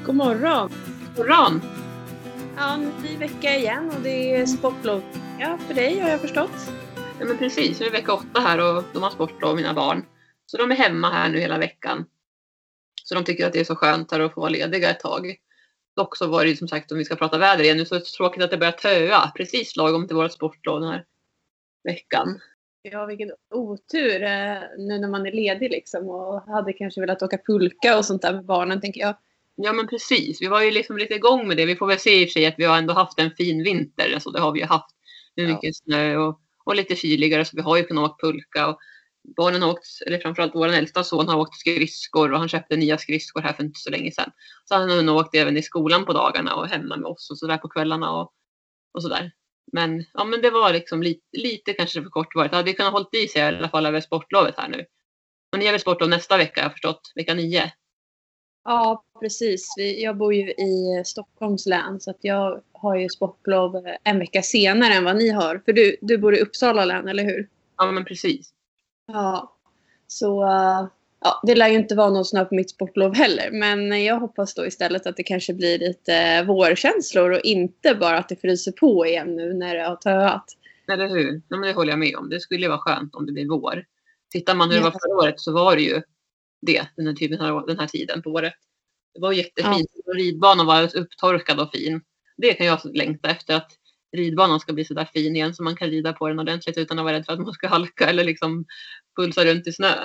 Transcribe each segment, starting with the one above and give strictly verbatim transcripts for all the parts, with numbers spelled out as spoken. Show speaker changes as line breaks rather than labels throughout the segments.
God morgon.
Morgon.
Ja, ny vecka igen och det är sportlov ja, för dig har jag förstått.
Ja men precis, det är vecka åtta här och de har sportlov mina barn. Så de är hemma här nu hela veckan. Så de tycker att det är så skönt här att få vara lediga ett tag. Dock så var det ju som sagt, om vi ska prata väder igen nu, så är det tråkigt att det börjar töa. Precis lagom till vårt sportlov den här veckan.
Ja, vilken otur eh, nu när man är ledig liksom och hade kanske velat åka pulka och sånt där med barnen tänker jag.
Ja men precis, vi var ju liksom lite igång med det. Vi får väl se i och för sig att vi har ändå haft en fin vinter. Alltså det har vi ju haft. Med mycket ja. snö och, och lite kyligare, så vi har ju kunnat åka pulka. Och barnen har åkt, eller framförallt vår äldsta son har åkt skridskor och han köpte nya skridskor här för inte så länge sedan. Så han har nog åkt även i skolan på dagarna och hemma med oss och sådär på kvällarna och, och sådär. Men, ja, men det var liksom lite, lite kanske för kort varit. Det hade kunnat hållit i sig i alla fall över sportlovet här nu. Och ni har väl sportlov nästa vecka, jag har förstått, vecka nio.
Ja, precis. Jag bor ju i Stockholms län så att jag har ju sportlov en vecka senare än vad ni har. För du, du bor i Uppsala län, eller hur?
Ja, men precis.
Ja, så ja, det lär ju inte vara någon snö på mitt sportlov heller. Men jag hoppas då istället att det kanske blir lite vårkänslor och inte bara att det fryser på igen nu när det har töat.
Eller hur? Ja, men det håller jag med om. Det skulle vara skönt om det blir vår. Tittar man hur det var förra året så var det ju det, den här, typen, den här tiden på året. Det var jättefint. Ja. Ridbanan var upptorkad och fin. Det kan jag längta efter, att ridbanan ska bli så där fin igen så man kan rida på den ordentligt utan att vara rädd för att man ska halka eller liksom pulsa runt i snö.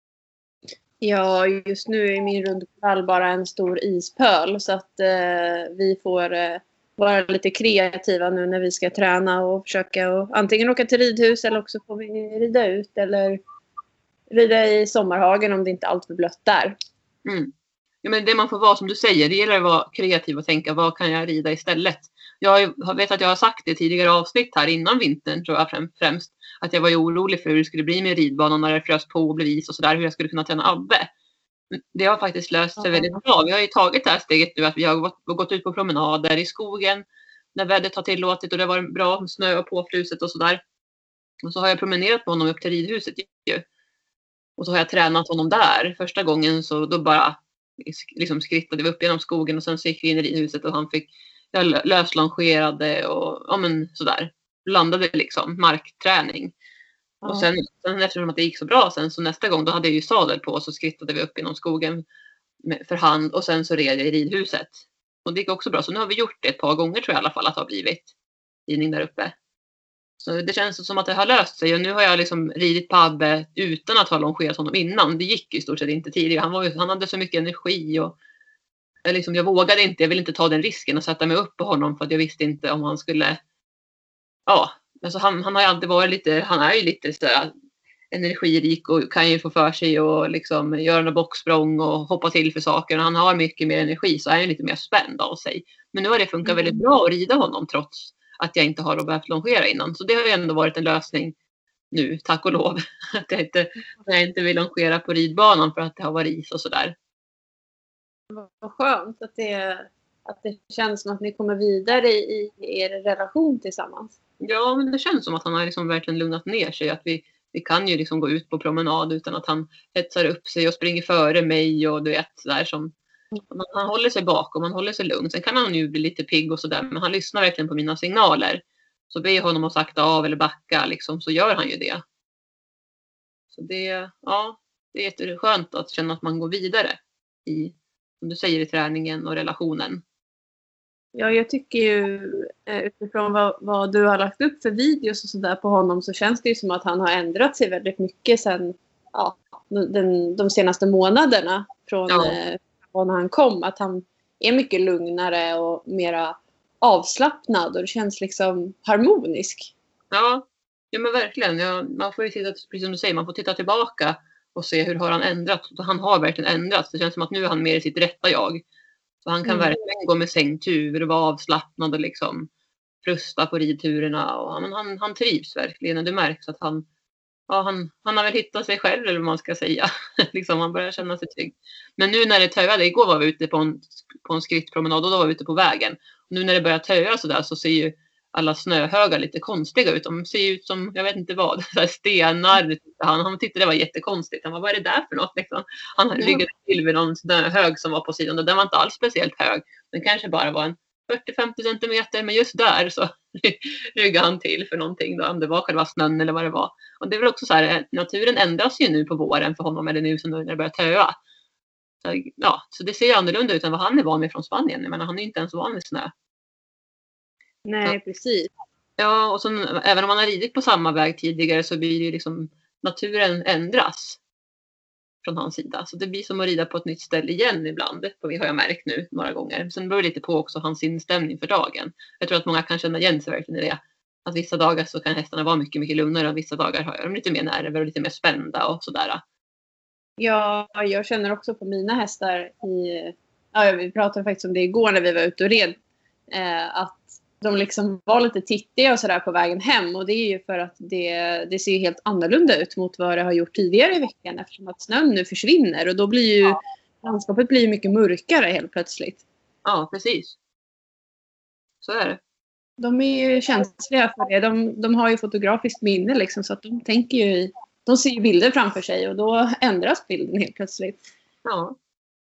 Ja, just nu är min rundpall bara en stor ispöl så att eh, vi får eh, vara lite kreativa nu när vi ska träna och försöka och antingen åka till ridhus eller också får vi rida ut eller rida i sommarhagen om det inte är allt för blött där.
Mm. Ja, men det man får vara som du säger, det gäller att vara kreativ och tänka vad kan jag rida istället. Jag vet att jag har sagt det tidigare avsnitt här innan vintern tror jag främst. Att jag var ju orolig för hur det skulle bli med ridbanan när det frös på och blev is och sådär. Hur jag skulle kunna träna abbe. Det har faktiskt löst sig väldigt bra. Vi har ju tagit det här steget nu att vi har gått, gått ut på promenader i skogen. När vädret har tillåtit och det var bra snö och påfruset och sådär. Och så har jag promenerat på honom upp till ridhuset ju. Och så har jag tränat honom där. Första gången så då bara liksom skrittade vi upp genom skogen och sen så gick vi in i ridhuset och han fick jag löslongerade och ja men sådär. Landade liksom markträning. Ja. Och sen, sen eftersom att det gick så bra sen så nästa gång då hade jag ju sadel på och så skrittade vi upp genom skogen med, för hand och sen så red jag i ridhuset. Och det gick också bra. Så nu har vi gjort det ett par gånger tror jag i alla fall att det har blivit ridning där uppe. Så det känns som att det har löst sig och nu har jag liksom ridit på abbe utan att ha longerat honom innan. Det gick i stort sett inte tidigare. Han, var ju, han hade så mycket energi och jag, liksom, jag vågade inte, jag ville inte ta den risken och sätta mig upp på honom för att jag visste inte om han skulle, ja, alltså han, han har ju alltid varit lite, han är ju lite så här energirik och kan ju få för sig och liksom göra några boxsprång och hoppa till för saker. Och han har mycket mer energi så är han lite mer spänd av sig. Men nu har det funkat väldigt bra att rida honom trots att jag inte har behövt longera innan. Så det har ju ändå varit en lösning nu, tack och lov. Att jag inte, jag inte vill longera på ridbanan för att det har varit is och sådär.
Vad skönt att det, att det känns som att ni kommer vidare i, i er relation tillsammans.
Ja, men det känns som att han har liksom verkligen lugnat ner sig. Att vi, vi kan ju liksom gå ut på promenad utan att han hetsar upp sig och springer före mig och du vet där som man, han håller sig bakom, man håller sig lugn. Sen kan han ju bli lite pigg och sådär, men han lyssnar verkligen på mina signaler. Så ber jag honom att sakta av eller backa liksom, så gör han ju det. Så det, ja, det är jätteskönt att känna att man går vidare i, som du säger, i träningen och relationen.
Ja, jag tycker ju utifrån vad, vad du har lagt upp för videos och sådär på honom så känns det ju som att han har ändrat sig väldigt mycket sen ja, den, de senaste månaderna från, ja. eh, från när han kom. Att han är mycket lugnare och mera avslappnad och det känns liksom harmonisk.
Ja, ja men verkligen. Ja, man får ju titta, precis som du säger, man får titta tillbaka och se hur har han ändrat. Han har verkligen ändrats. Det känns som att nu är han mer i sitt rätta jag. Så han kan mm. verkligen gå med sängtur och vara avslappnad och liksom frusta på ridturerna. Och han, han, han trivs verkligen och det märks att han, ja, han, han har väl hittat sig själv eller vad man ska säga. liksom, han börjar känna sig trygg. Men nu när det töade, igår var vi ute på en, på en skrittpromenad och då var vi ute på vägen. Och nu när det börjar töa så där så ser ju alla snöhögar lite konstiga ut. De ser ut som, jag vet inte vad, så här stenar. Han, han tyckte det var jättekonstigt. Han var, vad är det där för något? Liksom. Han
Ja.
ryggade till vid någon snöhög som var på sidan. Och den var inte alls speciellt hög. Den kanske bara var en fyrtio till femtio centimeter. Men just där så ryggade han till för någonting. Då, om det var själva snön eller vad det var. Och det är väl också så här, naturen ändras ju nu på våren för honom. Eller nu som när det börjar töa. Så, ja, så det ser ju annorlunda ut än vad han är van med från Spanien. Men han är inte ens van med snö.
Nej, precis.
Ja, och så, även om man har ridit på samma väg tidigare så blir det ju liksom naturen ändras från hans sida. Så det blir som att rida på ett nytt ställe igen ibland. Det har jag märkt nu några gånger. Sen beror det lite på också hans inställning för dagen. Jag tror att många kan känna igen sig verkligen i det. Att vissa dagar så kan hästarna vara mycket, mycket lugnare och vissa dagar har de lite mer nerver och lite mer spända och sådär.
Ja, jag känner också på mina hästar i... Ja, vi pratade faktiskt om det igår när vi var ute och red. Eh, att de liksom var lite tittiga och sådär på vägen hem. Och det är ju för att det, det ser helt annorlunda ut mot vad det har gjort tidigare i veckan. Eftersom att snön nu försvinner. Och då blir ju ja. landskapet blir mycket mörkare helt plötsligt.
Ja, precis. Så är det.
De är ju känsliga för det. De, de har ju fotografiskt minne liksom. Så att de tänker ju... De ser ju bilder framför sig och då ändras bilden helt plötsligt.
Ja.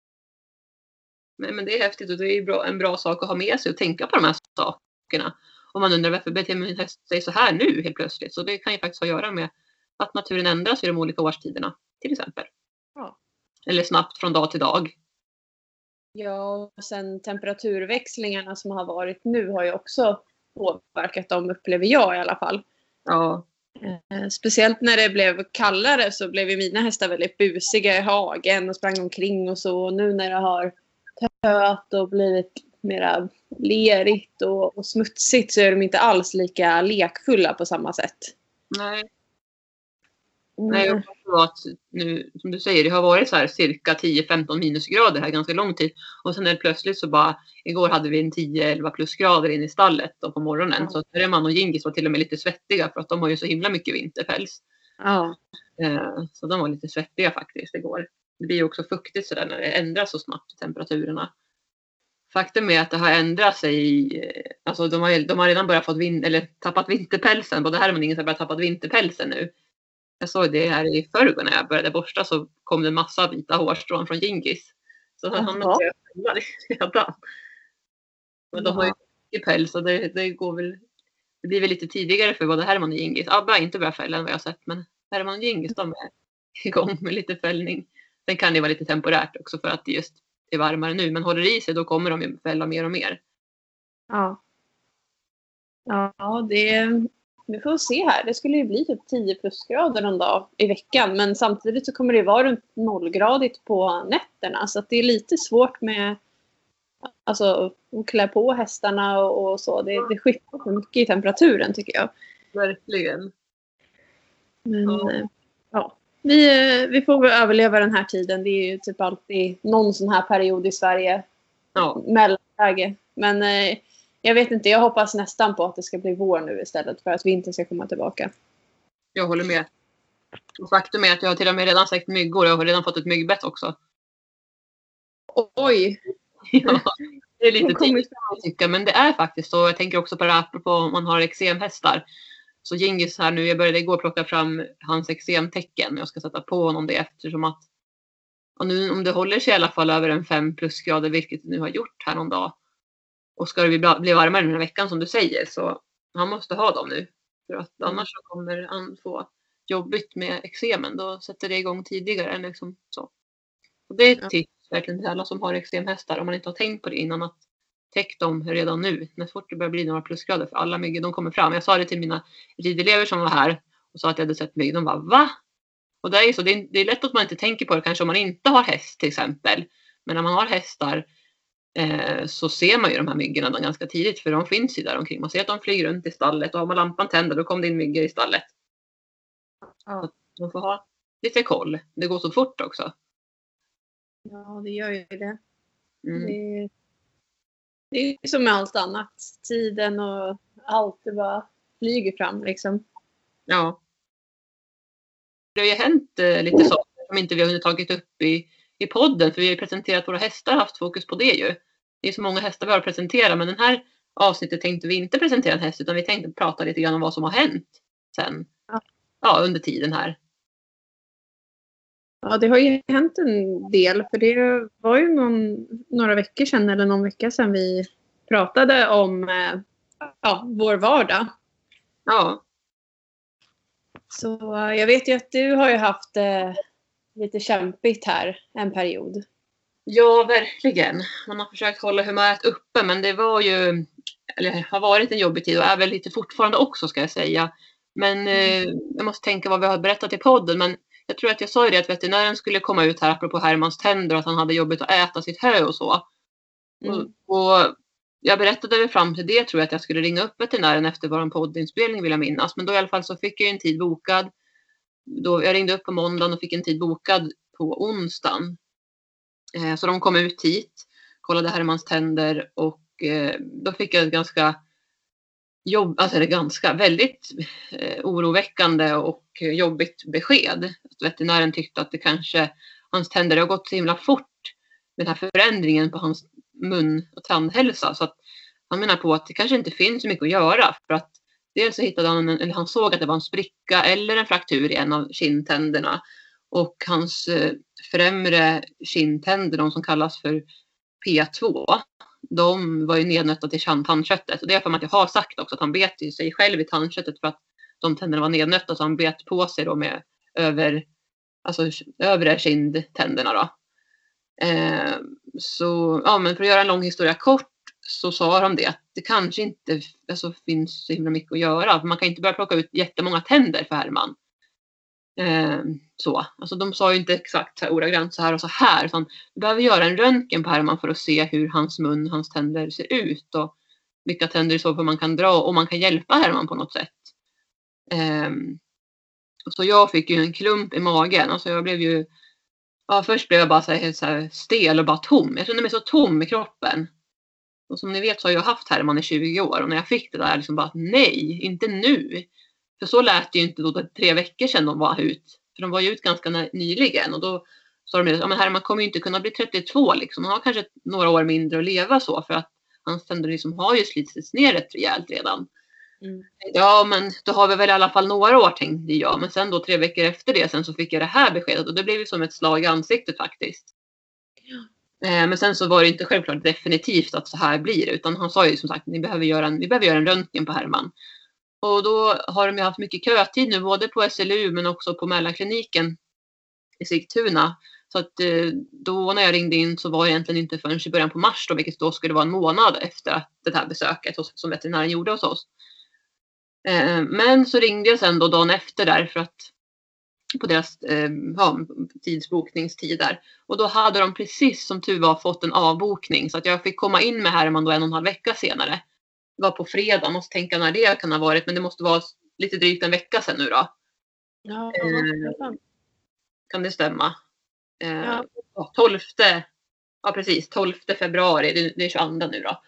Men, men det är häftigt och det är bra, en bra sak att ha med sig och tänka på de här sakerna. Om man undrar varför beter min häst sig så här nu helt plötsligt. Så det kan ju faktiskt ha att göra med att naturen ändras i de olika årstiderna till exempel.
Ja.
Eller snabbt från dag till dag.
Ja, och sen temperaturväxlingarna som har varit nu har ju också påverkat dem, upplever jag i alla fall.
Ja.
Eh, speciellt när det blev kallare så blev ju mina hästar väldigt busiga i hagen och sprang omkring och så. Och nu när det har töat och blivit mera lerigt och, och smutsigt så är de inte alls lika lekfulla på samma sätt.
Nej.
Mm.
Nej, jag tror att nu, som du säger, det har varit så här cirka tio femton minusgrader här ganska lång tid. Och sen är det plötsligt så bara, igår hade vi en tio elva plusgrader in i stallet då på morgonen. Mm. Så Reman och Gingis var till och med lite svettiga för att de har ju så himla mycket vinterpäls.
Ja.
Eh, så de var lite svettiga faktiskt igår. Det blir ju också fuktigt sådär när det ändras så snabbt temperaturerna. Faktum är att det har ändrat sig, alltså de har, de har redan börjat fått vin, eller tappat vinterpälsen. Både här och ingen har börjat tappat vinterpälsen nu. Jag såg det här i förrgår när jag började borsta så kom det en massa vita hårstrån från Gingis. Så han har börjat fälla redan. Men de har ju mycket päls så det, det går väl, det blir väl lite tidigare för både Herman och Gingis. Abba har inte börjat fälla än vad jag har sett, men Herman och Gingis de är igång med lite fällning. Sen kan det vara lite temporärt också för att det just är varmare nu, men håller i sig då kommer de ju fälla mer och mer.
Ja. Ja, det vi får se här. Det skulle ju bli typ tio plusgrader någon dag i veckan. Men samtidigt så kommer det vara runt nollgradigt på nätterna. Så att det är lite svårt med alltså, att klä på hästarna och, och så. Det, det skiftar så mycket i temperaturen tycker jag.
Verkligen.
Men ja, ja. Vi, vi får väl överleva den här tiden. Det är ju typ alltid någon sån här period i Sverige.
Ja.
Mellanläge. Men eh, jag vet inte, jag hoppas nästan på att det ska bli vår nu istället för att vi inte ska komma tillbaka.
Jag håller med. Och faktum är att jag har till och med redan sagt myggor. Jag har redan fått ett myggbett också.
Oj!
Ja, det är lite tidigt att tycka. Men det är faktiskt så. Jag tänker också på det här apropå om man har eksemhästar. Så Gingis här nu, jag började igår plocka fram hans eksemtecken. Jag ska sätta på honom det eftersom att och nu om det håller sig i alla fall över en fem plusgrader, vilket det nu har gjort här någon dag. Och ska det bli, bli varmare den här veckan som du säger så han måste ha dem nu. För att annars så kommer han få jobbigt med eksemen. Då sätter det igång tidigare än liksom så. Och det är ett tips verkligen till alla som har eksemhästar. Om man inte har tänkt på det innan att täck dem redan nu. När fort det börjar bli några plusgrader för alla myggor de kommer fram. Jag sa det till mina ridelever som var här och sa att jag hade sett mygg. De bara va? Och det är, så, det är, det är lätt att man inte tänker på det kanske om man inte har häst till exempel. Men när man har hästar eh, så ser man ju de här myggorna ganska tidigt. För de finns ju där omkring. Man ser att de flyger runt i stallet. Och har man lampan tänd då kommer det in myggor i stallet. Ja. Så man får ha lite koll. Det går så fort också.
Ja, det gör ju det.
Mm.
Det, det är som med allt annat. Tiden och allt det bara flyger fram liksom.
Ja. Det har ju hänt eh, lite saker som inte vi har hunnit tagit upp i, i podden. För vi har ju presenterat våra hästar och haft fokus på det ju. Det är så många hästar vi har att presentera. Men den här avsnittet tänkte vi inte presentera en häst, utan vi tänkte prata lite grann om vad som har hänt sen.
Ja.
Ja, under tiden här.
Ja, det har ju hänt en del. För det var ju någon, några veckor sedan eller någon vecka sedan vi pratade om eh, ja, vår vardag.
Ja.
Så eh, jag vet ju att du har ju haft eh, lite kämpigt här en period.
Ja, verkligen. Man har försökt hålla humöret uppe, men det var ju, eller har varit en jobbig tid och är väl lite fortfarande också, ska jag säga. Men eh, jag måste tänka vad vi har berättat i podden, men jag tror att jag sa ju det att veterinären skulle komma ut här apropå Hermans tänder och att han hade jobbigt att äta sitt hö och så. Mm. Och, och jag berättade väl fram till det, tror jag, att jag skulle ringa upp veterinären efter vår poddinspelning, vill jag minnas. Men då i alla fall så fick jag en tid bokad. Då, jag ringde upp på måndagen och fick en tid bokad på onsdagen. Eh, så de kom ut hit, kollade Hermans tänder och eh, då fick jag ett ganska jobb, alltså det ganska väldigt eh, oroväckande och jobbigt besked. Att veterinären tyckte att det kanske, hans tänder har gått så himla fort med den här förändringen på hans mun- och tandhälsa. Så att han menar på att det kanske inte finns så mycket att göra. För att dels så hittade han, en, eller han såg att det var en spricka eller en fraktur i en av kindtänderna. Och hans eh, främre kindtänder, de som kallas för P två, de var ju nednöttade till tandköttet. Och det är för att jag har sagt också att han bet i sig själv i tandköttet för att de tänderna var nednötta. Så han bet på sig då med över, alltså övre kindtänderna då. Eh, så ja, men för att göra en lång historia kort så sa de det att det kanske inte alltså, finns så himla mycket att göra. För man kan inte börja plocka ut jättemånga tänder för Herman. Eh, så. Alltså, de sa ju inte exakt så här, ordagrant så här och så här. Utan vi behöver göra en röntgen på Herman för att se hur hans mun, hans tänder ser ut. Och vilka tänder i så fall man kan dra och man kan hjälpa Herman på något sätt. Eh, så jag fick ju en klump i magen. Alltså jag blev ju Ja, först blev jag bara så här, så här stel och bara tom. Jag kände mig så tom i kroppen. Och som ni vet så har jag haft Herman i tjugo år. Och när jag fick det där liksom bara nej, inte nu. För så lät det ju inte då tre veckor sedan de var ut. För de var ju ut ganska nyligen. Och då sa de, ja men Herman kommer ju inte kunna bli trettiotvå liksom. Han har kanske några år mindre att leva så. För att hans tänder liksom har ju slitits ner rätt rejält redan. Mm. Ja, men då har vi väl i alla fall några år, tänkte jag. Men sen då tre veckor efter det sen så fick jag det här beskedet. Och det blev ju som ett slag i ansiktet faktiskt. Ja. Eh, men sen så var det inte självklart definitivt att så här blir det. Utan han sa ju som sagt, ni behöver göra en, vi behöver göra en röntgen på Herman. Och då har de ju haft mycket kötid nu. Både på S L U men också på Mälarkliniken i Sigtuna. Så att eh, då när jag ringde in så var det egentligen inte förrän i början på mars då. Vilket då skulle vara en månad efter det här besöket som veterinären gjorde hos oss. Men så ringde jag sen då dagen efter där för att på deras eh, ja, tidsbokningstider. Och då hade de precis som tur var fått en avbokning. Så att jag fick komma in med Herman då en och en halv vecka senare. Det var på fredag, måste tänka när det kan ha varit. Men det måste vara lite drygt en vecka sedan nu då.
Ja,
eh, kan det stämma? Eh,
ja.
tolfte, ja precis, tolfte februari, det, det är tjugoandra nu då.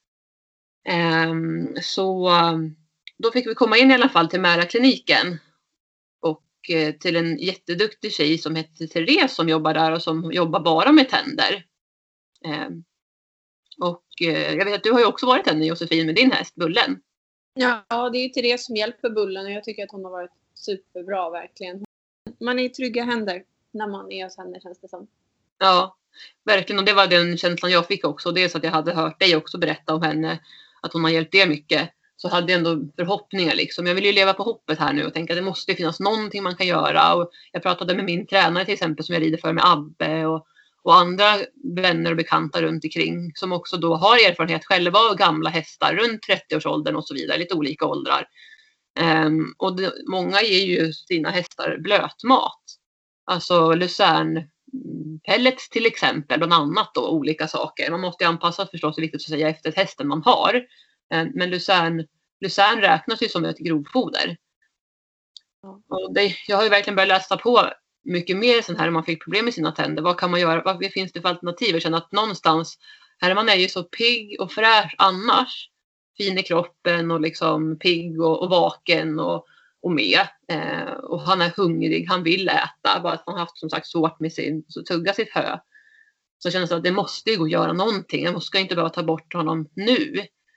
Eh, så... Då fick vi komma in i alla fall till Mälarkliniken och eh, till en jätteduktig tjej som heter Therese som jobbar där och som jobbar bara med tänder. Eh, och eh, jag vet att du har ju också varit henne, Josefin, med din häst Bullen.
Ja, det är ju Therese som hjälper Bullen och jag tycker att hon har varit superbra verkligen. Man är i trygga händer när man är hos henne, känns det som.
Ja, verkligen, och det var den känslan jag fick också. Dels att jag hade hört dig också berätta om henne, att hon har hjälpt er mycket. Så hade jag ändå förhoppningar liksom. Jag vill ju leva på hoppet här nu och tänka att det måste finnas någonting man kan göra. Och jag pratade med min tränare till exempel som jag rider för med Abbe och, och andra vänner och bekanta runt omkring. Som också då har erfarenhet själva av gamla hästar runt trettio-årsåldern och så vidare. Lite olika åldrar. Um, och det, många ger ju sina hästar blötmat. Alltså lucern pellets till exempel, bland annat då olika saker. Man måste ju anpassa förstås, det är viktigt att säga, efter hästen man har. Men lucern, lucern räknas ju som ett grovfoder. Ja. Och det, jag har ju verkligen börjat läsa på mycket mer sen här om man fick problem med sina tänder. Vad kan man göra? Vad finns det för alternativ? Jag känner att någonstans, Herman är ju så pigg och fräsch annars. Fin i kroppen och liksom pigg och, och vaken och, och med. Eh, och han är hungrig, han vill äta. Bara att han har haft som sagt svårt med sin, så tugga sitt hö. Så känns det att det måste ju gå att göra någonting. Jag ska inte behöva ta bort honom nu.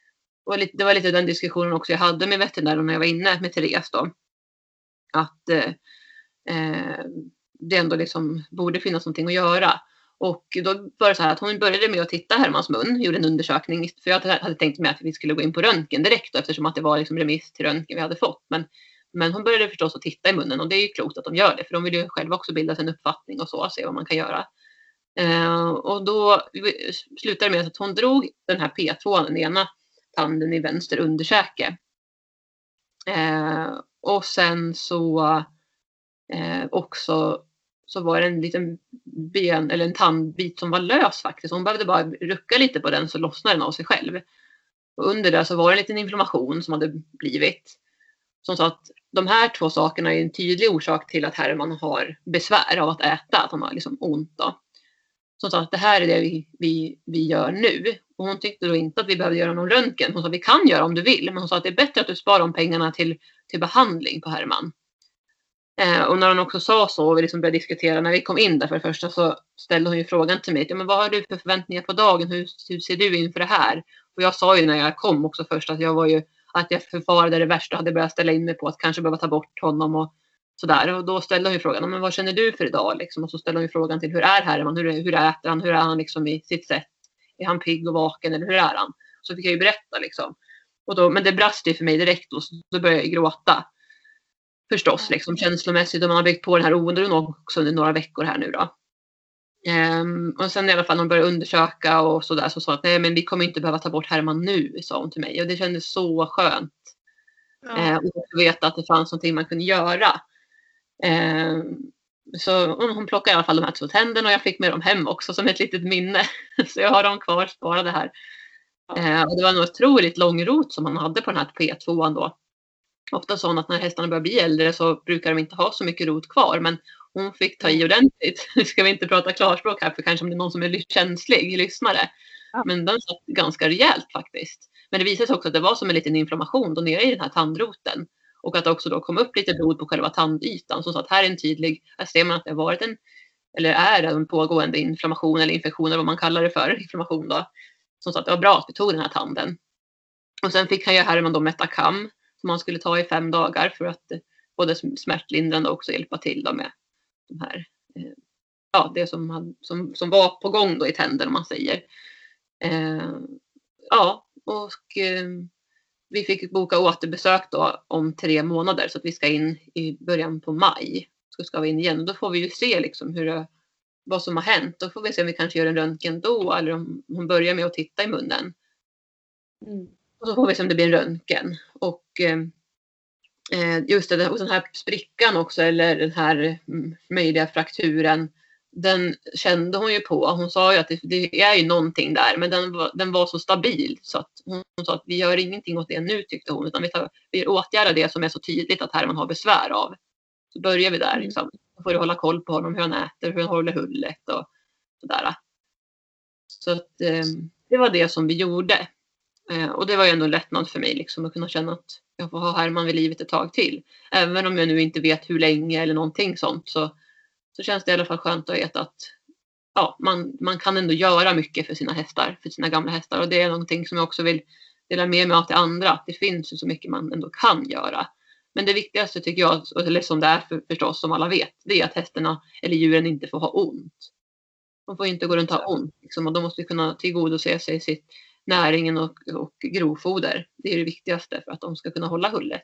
och lite, det var lite den diskussionen också jag hade med veterinären när jag var inne med Therese då. Att eh, eh, det ändå liksom borde finnas någonting att göra. Och då var det så här att hon började med att titta Hermans mun, gjorde en undersökning. För jag hade tänkt mig att vi skulle gå in på röntgen direkt då, eftersom att det var liksom remiss till röntgen vi hade fått. Men, men hon började förstås att titta i munnen, och det är ju klokt att de gör det. För de vill ju själva också bilda sig en uppfattning och så, se vad man kan göra. Eh, och då slutade det med att hon drog den här P två, den ena tanden i vänster underkäke. Eh, och sen så eh, också så var det en liten ben eller en tandbit som var lös faktiskt. Hon behövde bara rucka lite på den så lossnade den av sig själv. Och under det så var det en liten inflammation som hade blivit. Som sa att de här två sakerna är en tydlig orsak till att Herman har besvär av att äta. Att han har liksom ont då. Som sa att det här är det vi, vi, vi gör nu. Och hon tyckte då inte att vi behövde göra någon röntgen. Hon sa att vi kan göra om du vill. Men hon sa att det är bättre att du sparar de pengarna till, till behandling på Herman. Eh, och när hon också sa så och vi liksom började diskutera när vi kom in där för det första, så ställde hon ju frågan till mig. Ja, men vad har du för förväntningar på dagen? Hur, hur ser du inför det här? Och jag sa ju när jag kom också först att jag var ju att jag förfarade det värsta och hade börjat ställa in mig på att kanske behöva ta bort honom och sådär. Och då ställde hon ju frågan, men vad känner du för idag? Liksom. Och så ställde hon ju frågan till hur är Herman? Hur, hur äter han? Hur är han liksom i sitt sätt? Är han pigg och vaken eller hur är han? Så fick jag ju berätta liksom. Och då, men det brast ju för mig direkt och så då började jag gråta. Förstås, liksom känslomässigt. Och man har byggt på den här oron också under några veckor här nu då. Um, och sen i alla fall när de började undersöka och sådär så sa att nej men vi kommer inte behöva ta bort Herman nu, sa hon till mig. Och det kändes så skönt. Ja. Uh, och att veta att det fanns någonting man kunde göra. Uh, så hon plockade i alla fall de här två tänderna och jag fick med dem hem också som ett litet minne. Så jag har dem kvar sparade här. Uh, och det var en otroligt lång rot som han hade på den här P två då. Ofta sa hon att när hästarna börjar bli äldre så brukar de inte ha så mycket rot kvar. Men hon fick ta i ordentligt. Nu ska vi inte prata klarspråk här för kanske om det är någon som är känslig lyssnare. Ja. Men den satt ganska rejält faktiskt. Men det visade sig också att det var som en liten inflammation då nere i den här tandroten. Och att det också då kom upp lite blod på själva tandytan. Så att här är en tydlig, här ser man att det har varit en, eller är en pågående inflammation eller infektion eller vad man kallar det för, inflammation då. Som sa att det var bra att vi tog den här tanden. Och sen fick han ju Herman då Metacam som man skulle ta i fem dagar för att både smärtlindrande och också hjälpa till då med de här, eh, ja, det som, han, som, som var på gång då i tänderna om man säger. Eh, ja, och eh, vi fick boka återbesök då om tre månader så att vi ska in i början på maj. Så ska vi in igen och då får vi ju se liksom hur det, vad som har hänt. Då får vi se om vi kanske gör en röntgen då eller om hon börjar med att titta i munnen. Mm. Och så får vi se om det blir en röntgen. Och eh, just det, och den här sprickan också, eller den här mm, möjliga frakturen, den kände hon ju på. Hon sa ju att det, det är ju någonting där, men den var, den var så stabil så att hon, hon sa att vi gör ingenting åt det nu, tyckte hon, utan vi, tar, vi åtgärdar det som är så tydligt att Herman har besvär av. Så börjar vi där liksom. Då får du hålla koll på honom, hur han äter, hur han håller hullet och sådär. Så att eh, det var det som vi gjorde. Eh, och det var ju ändå en lättnad för mig liksom, att kunna känna att jag får ha Herman vid livet ett tag till. Även om jag nu inte vet hur länge eller någonting sånt, så, så känns det i alla fall skönt att veta att ja, man, man kan ändå göra mycket för sina hästar, för sina gamla hästar. Och det är någonting som jag också vill dela med mig av till andra. Att det finns ju så mycket man ändå kan göra. Men det viktigaste tycker jag, eller som det är för, förstås som alla vet, det är att hästarna eller djuren inte får ha ont. De får inte gå runt och ha ont. Liksom, och de måste kunna tillgodose sig sitt näringen och, och grovfoder. Det är det viktigaste för att de ska kunna hålla hullet.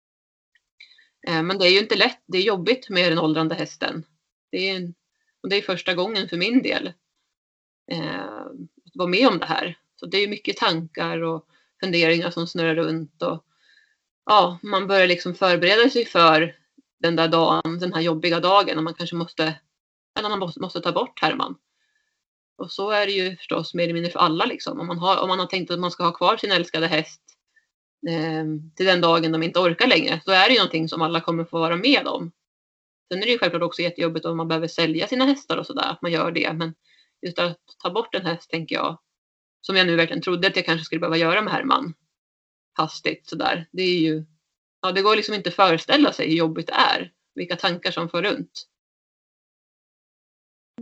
Eh, men det är ju inte lätt. Det är jobbigt med den åldrande hästen. Det är, en, och det är första gången för min del eh, att vara med om det här. Så det är mycket tankar och funderingar som snurrar runt. Och, ja, man börjar liksom förbereda sig för den där dagen, den här jobbiga dagen. När man kanske måste, när man måste, måste ta bort Herman. Och så är det ju förstås mer eller mindre för alla liksom. Om man har, om man har tänkt att man ska ha kvar sin älskade häst eh, till den dagen de inte orkar längre. Så är det ju någonting som alla kommer få vara med om. Sen är det ju självklart också jättejobbigt om man behöver sälja sina hästar och sådär. Att man gör det. Men just att ta bort en häst tänker jag. Som jag nu verkligen trodde att jag kanske skulle behöva göra med Herman. Hastigt sådär. Det är ju. Ja, det går liksom inte att föreställa sig hur jobbigt det är. Vilka tankar som får runt.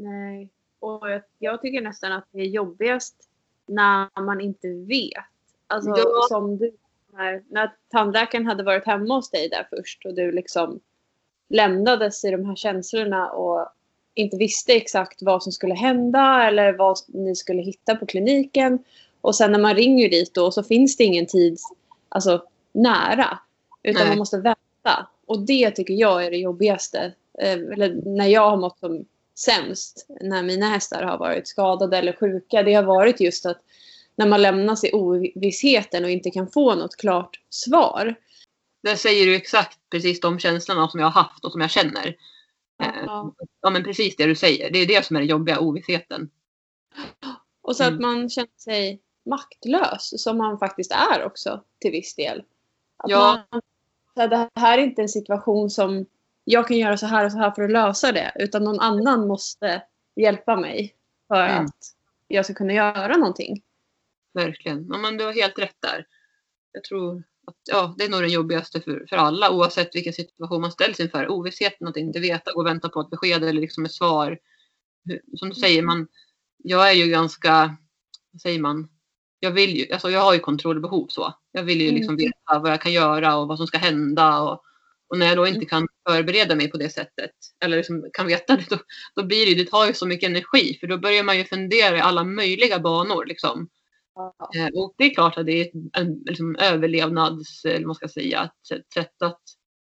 Nej. Och jag, jag tycker nästan att det är jobbigast när man inte vet. Alltså
Ja.
som du, när, när tandläkaren hade varit hemma hos dig där först och du liksom lämnades i de här känslorna och inte visste exakt vad som skulle hända eller vad ni skulle hitta på kliniken. Och sen när man ringer dit då så finns det ingen tid alltså, nära. Utan
Nej.
man måste vänta. Och det tycker jag är det jobbigaste. Eh, eller när jag har mått som sämst. När mina hästar har varit skadade eller sjuka. Det har varit just att när man lämnas i ovissheten och inte kan få något klart svar.
Där säger du exakt precis de känslorna som jag har haft och som jag känner.
Ja.
Ja, men precis det du säger. Det är det som är det jobbiga, ovissheten.
Och så
Mm.
att man känner sig maktlös, som man faktiskt är också till viss del. Att
Ja.
man, så det här är inte en situation som jag kan göra så här och så här för att lösa det. Utan någon annan måste hjälpa mig för
Mm.
att jag ska kunna göra någonting.
Verkligen. Ja, men du har helt rätt där. Jag tror att ja, det är nog den jobbigaste för, för alla, oavsett vilken situation man ställs inför. Ovissheten att inte veta, gå och vänta på ett besked eller liksom ett svar. Som du säger, man, jag är ju ganska, vad säger man, jag vill ju, alltså jag har ju kontrollbehov så. Jag vill ju liksom
Mm.
veta vad jag kan göra och vad som ska hända. Och, och när jag då inte kan förbereda mig på det sättet, eller liksom kan veta det, då, då blir det ju, det tar ju så mycket energi. För då börjar man ju fundera i alla möjliga banor liksom.
Ja.
Eh, och det är klart att det är en liksom, överlevnads, eller vad man ska säga, ett sätt att,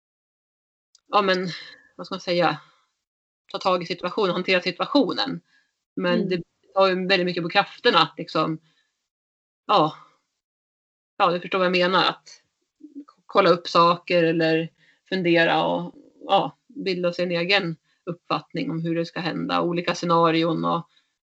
ja men, vad ska man säga, ta tag i situationen, hantera situationen. Men
Mm.
det tar ju väldigt mycket på krafterna liksom. Ja. Ja, du förstår vad jag menar. Att kolla upp saker eller fundera och ja, bilda sig en egen uppfattning om hur det ska hända. Olika scenarion och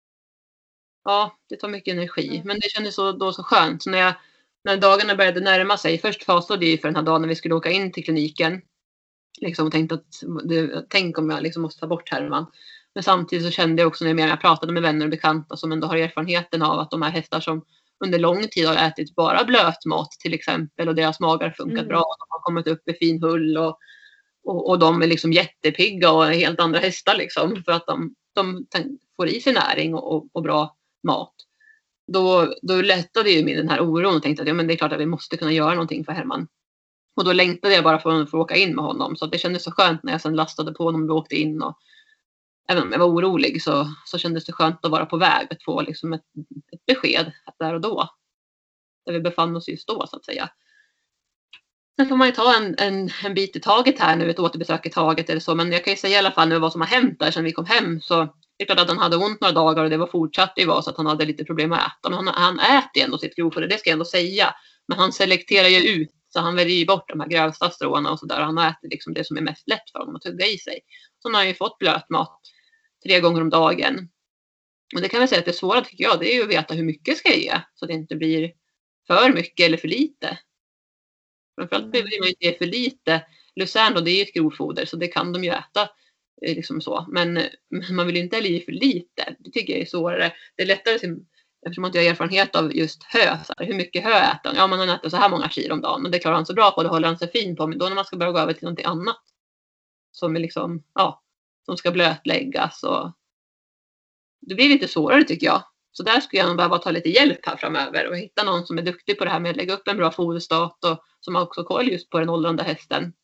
ja, det tar mycket energi. Men det kändes så, då så skönt. Så när, jag, när dagarna började närma sig. Först fasade jag för den här dagen när vi skulle åka in till kliniken. Liksom, och tänkte att det, tänk om jag liksom måste ta bort Herman. Men samtidigt så kände jag också när jag pratade med vänner och bekanta som ändå har erfarenheten av att de här hästar som under lång tid har ätit bara blötmat till exempel och deras magar funkar
Mm.
bra. De har kommit upp i fin hull och, och, och de är liksom jättepigga och helt andra hästar liksom för att de, de får i sig näring och, och, och bra mat. Då, då lättade ju min den här oron och tänkte att ja, men det är klart att vi måste kunna göra någonting för Herman. Och då längtade jag bara för att få åka in med honom. Så att det kändes så skönt när jag sen lastade på honom och åkte in. Och även om jag var orolig så, så kändes det skönt att vara på väg. Att få liksom ett, ett besked där och då. Där vi befann oss just då så att säga. Sen får man ju ta en, en, en bit i taget här nu. Ett återbesök i taget eller så. Men jag kan ju säga i alla fall nu vad som har hänt där sedan vi kom hem. Så det är klart att han hade ont några dagar och det var fortsatt ju vara så att han hade lite problem att äta. Men han, han äter ändå sitt grovfoder, det ska jag ändå säga. Men han selekterar ju ut. Så han väljer ju bort de här grövsta stråna och sådär. Han äter liksom det som är mest lätt för honom att tugga i sig. Så han har ju fått blötmat tre gånger om dagen. Och det kan jag säga att det svåra tycker jag, det är ju att veta hur mycket ska jag ge. Så att det inte blir för mycket eller för lite. Framförallt vill man ju inte ge för lite. Lucerne, det är ju ett grovfoder så det kan de ju äta. Liksom så. Men, men man vill ju inte heller ge för lite. Det tycker jag är svårare. Det är lättare till, eftersom att jag har erfarenhet av just hö. Så här, hur mycket hö äter han? Ja, man äter så här många kilo om dagen. Och det klarar han så bra på. Det håller han sig fin på. Men då när man ska börja gå över till någonting annat. Som är liksom, ja. Som ska blötläggas. Och det blir lite svårare tycker jag. Så där skulle jag nog behöva ta lite hjälp här framöver. Och hitta någon som är duktig på det här med att lägga upp en bra foderstat. Och som har också koll just på den åldrande hästen.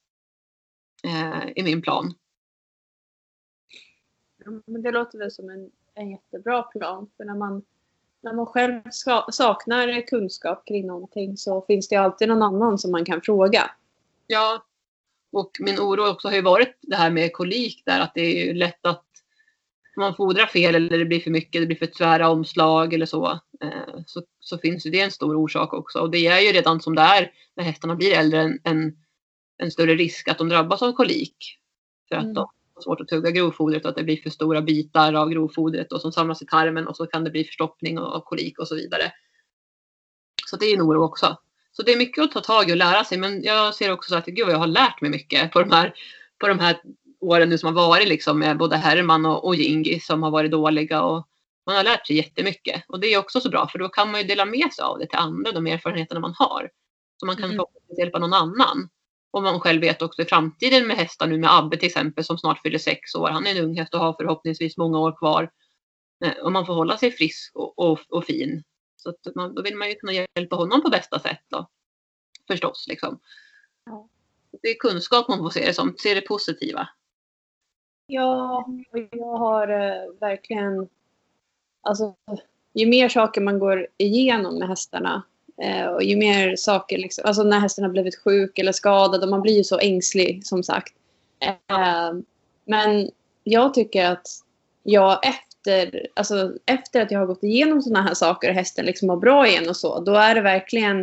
Eh, I min plan.
Men det låter väl som en, en jättebra plan. För när man, när man själv ska, saknar kunskap kring någonting så finns det alltid någon annan som man kan fråga.
Ja, och min oro också har ju varit det här med kolik där. Att det är ju lätt att man fodrar fel eller det blir för mycket, det blir för tvära omslag eller så. Eh, så, så finns ju det en stor orsak också. Och det är ju redan som det är när hästarna blir äldre en, en, en större risk att de drabbas av kolik. För att mm. de svårt att tugga grovfodret och att det blir för stora bitar av grovfodret och som samlas i tarmen och så kan det bli förstoppning och, och kolik och så vidare. Så det är en oro också. Så det är mycket att ta tag i och lära sig, men jag ser också så att gud, jag har lärt mig mycket på de här, på de här åren nu som har varit liksom med både Herman och, och Jingi som har varit dåliga och man har lärt sig jättemycket och det är också så bra för då kan man ju dela med sig av det till andra, de erfarenheterna man har. Så man kan mm. förhoppningsvis hjälpa någon annan. Och man själv vet också i framtiden med hästar nu med Abbe till exempel som snart fyller sex år. Han är en ung häst och har förhoppningsvis många år kvar. Och man får hålla sig frisk och, och, och fin. Så att man, då vill man ju kunna hjälpa honom på bästa sätt då. Förstås liksom.
Ja.
Det är kunskap man får se det som. Se det positiva.
Ja, och jag har eh, verkligen, alltså ju mer saker man går igenom med hästarna eh, och ju mer saker, liksom, alltså när hästen har blivit sjuk eller skadad, och man blir ju så ängslig som sagt. Eh, men jag tycker att jag efter, alltså, efter att jag har gått igenom sådana här saker och hästen liksom mår bra igen och så, då är det verkligen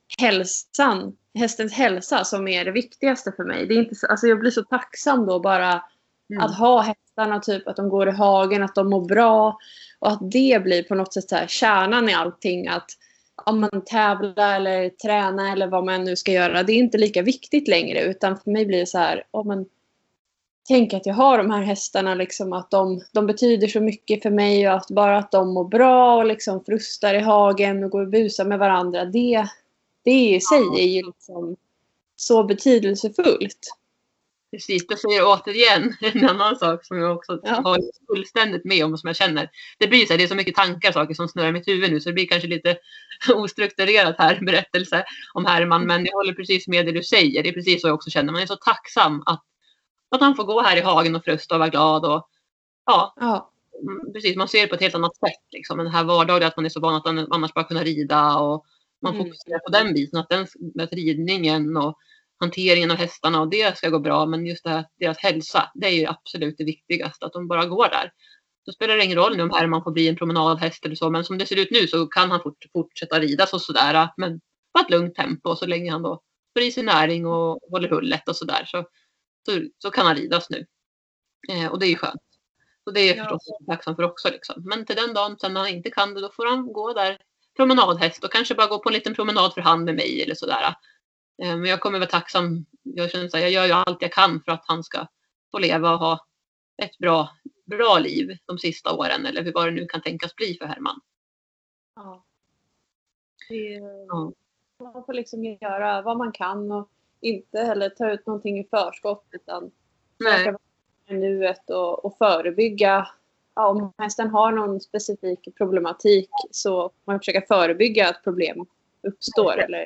hälsan, hästens hälsa som är det viktigaste för mig. Det är inte så, alltså jag blir så tacksam då bara mm. att ha hästarna, typ att de går i hagen, att de mår bra, och att det blir på något sätt så här kärnan i allting, att om man tävlar eller tränar eller vad man nu ska göra, det är inte lika viktigt längre, utan för mig blir det så här, om man tänker att jag har de här hästarna liksom, att de, de betyder så mycket för mig, och att bara att de mår bra och liksom frustar i hagen och går och busar med varandra, det det i sig är ju liksom så betydelsefullt.
Precis, det säger återigen en annan sak som jag också ja. har fullständigt med om och som jag känner. Det blir så här, det är så mycket tankar, saker som snurrar i mitt huvud nu, så det blir kanske lite ostrukturerat här, berättelse om Herman, men jag håller precis med det du säger. Det är precis så jag också känner. Man är så tacksam att, att han får gå här i hagen och frusta och vara glad, och ja, ja. Precis, man ser det på ett helt annat sätt liksom. Den här vardagen, att man är så van att annars bara kunna rida, och man mm. fokuserar på den biten, att, den, att ridningen och hanteringen av hästarna och det ska gå bra, men just det här, deras hälsa, det är ju absolut det viktigaste, att de bara går där. Så spelar det ingen roll nu om Herman får bli en promenadhäst eller så, men som det ser ut nu så kan han fort, fortsätta rida så sådär, men på ett lugnt tempo, så länge han då får i sin näring och håller hullet och sådär, så, så, så kan han ridas nu. Eh, och det är ju skönt. Och det är jag ja. förstås tacksam för också liksom. Men till den dagen sen när han inte kan det, då får han gå där promenadhäst och kanske bara gå på en liten promenad för hand med mig eller sådär. Men jag kommer vara tacksam. Jag känner så här, jag gör ju allt jag kan för att han ska få leva och ha ett bra, bra liv de sista åren, eller vad det nu kan tänkas bli för Herman.
Ja. Det, ja. Man får liksom göra vad man kan och inte heller ta ut någonting i förskott, utan försöka vara i nuet och, och förebygga. Ja, om hästen har någon specifik problematik, så får man försöka förebygga att problem uppstår. Verkligen. Eller...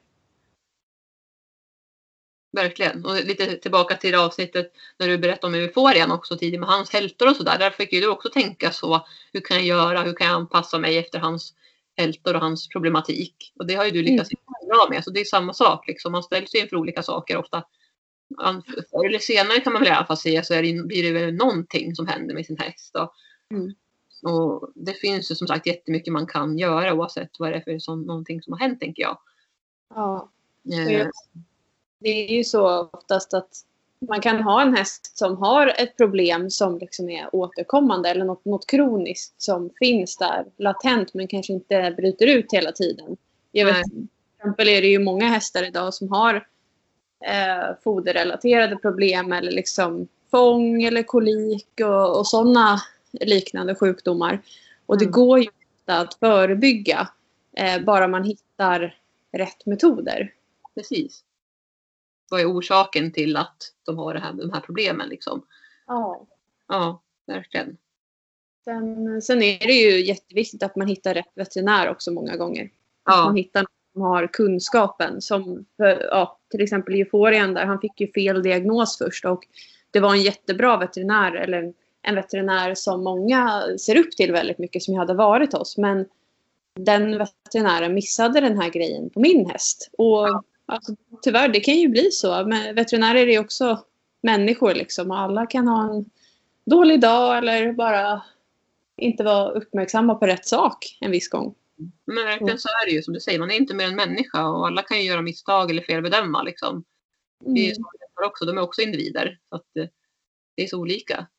Verkligen. Och lite tillbaka till det avsnittet när du berättade om euforien också tidigt med hans hältor och sådär. Där fick ju du också tänka så. Hur kan jag göra? Hur kan jag anpassa mig efter hans hältor och hans problematik? Och det har ju du lyckats mm. bra med. Så det är samma sak. Liksom. Man ställs inför olika saker ofta. Förr eller senare kan man väl i alla fall säga, så är det, blir det väl någonting som händer med sin häst. Och, mm. och det finns ju som sagt jättemycket man kan göra oavsett vad det är för som, någonting som har hänt, tänker jag.
Ja. Eh. Det är ju så oftast att man kan ha en häst som har ett problem som liksom är återkommande, eller något, något kroniskt som finns där latent men kanske inte bryter ut hela tiden. Jag vet, till exempel är det ju många hästar idag som har eh, foderrelaterade problem, eller liksom fång eller kolik och, och sådana liknande sjukdomar. Och det mm. går ju att förebygga eh, bara man hittar rätt metoder.
Precis. Vad är orsaken till att de har det här, de här problemen liksom?
Ja.
Ja, verkligen.
Sen, sen är det ju jätteviktigt att man hittar rätt veterinär också många gånger. Ja. Att man hittar någon som har kunskapen. Som ja, till exempel i euforien där, han fick ju fel diagnos först, och det var en jättebra veterinär, eller en veterinär som många ser upp till väldigt mycket, som jag hade varit hos. Men den veterinären missade den här grejen på min häst. Och ja. Alltså, tyvärr, det kan ju bli så. Men veterinärer är också människor liksom. Alla kan ha en dålig dag eller bara inte vara uppmärksamma på rätt sak en viss gång.
Men verkligen så är det ju som du säger. Man är inte mer än människa, och alla kan ju göra misstag eller felbedöma liksom. Det är ju så också. De är också individer. Så att det är så olika.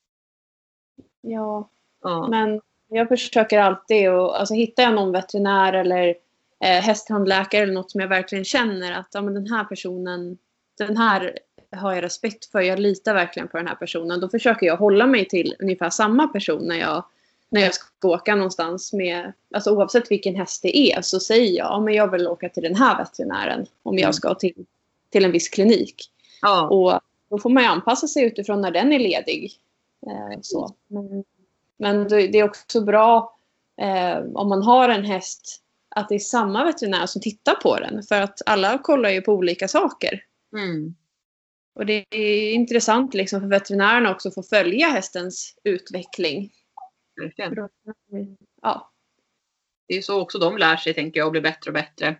Ja, ja. Men jag försöker alltid och, alltså, hittar jag någon veterinär eller Eh, hästhandläkare eller något som jag verkligen känner att ja, men den här personen, den här har jag respekt för, jag litar verkligen på den här personen, då försöker jag hålla mig till ungefär samma person när jag, när jag ska åka någonstans med, alltså oavsett vilken häst det är, så säger jag, ja, men jag vill åka till den här veterinären om jag ska till, till en viss klinik. Ja. Och då får man ju anpassa sig utifrån när den är ledig. Eh, så. Men, men det är också bra eh, om man har en häst att det är samma veterinär som tittar på den. För att alla kollar ju på olika saker.
Mm.
Och det är intressant liksom för veterinärerna också att få följa hästens utveckling.
Verkligen.
Ja.
Det är så också de lär sig, tänker jag, och blir bättre och bättre.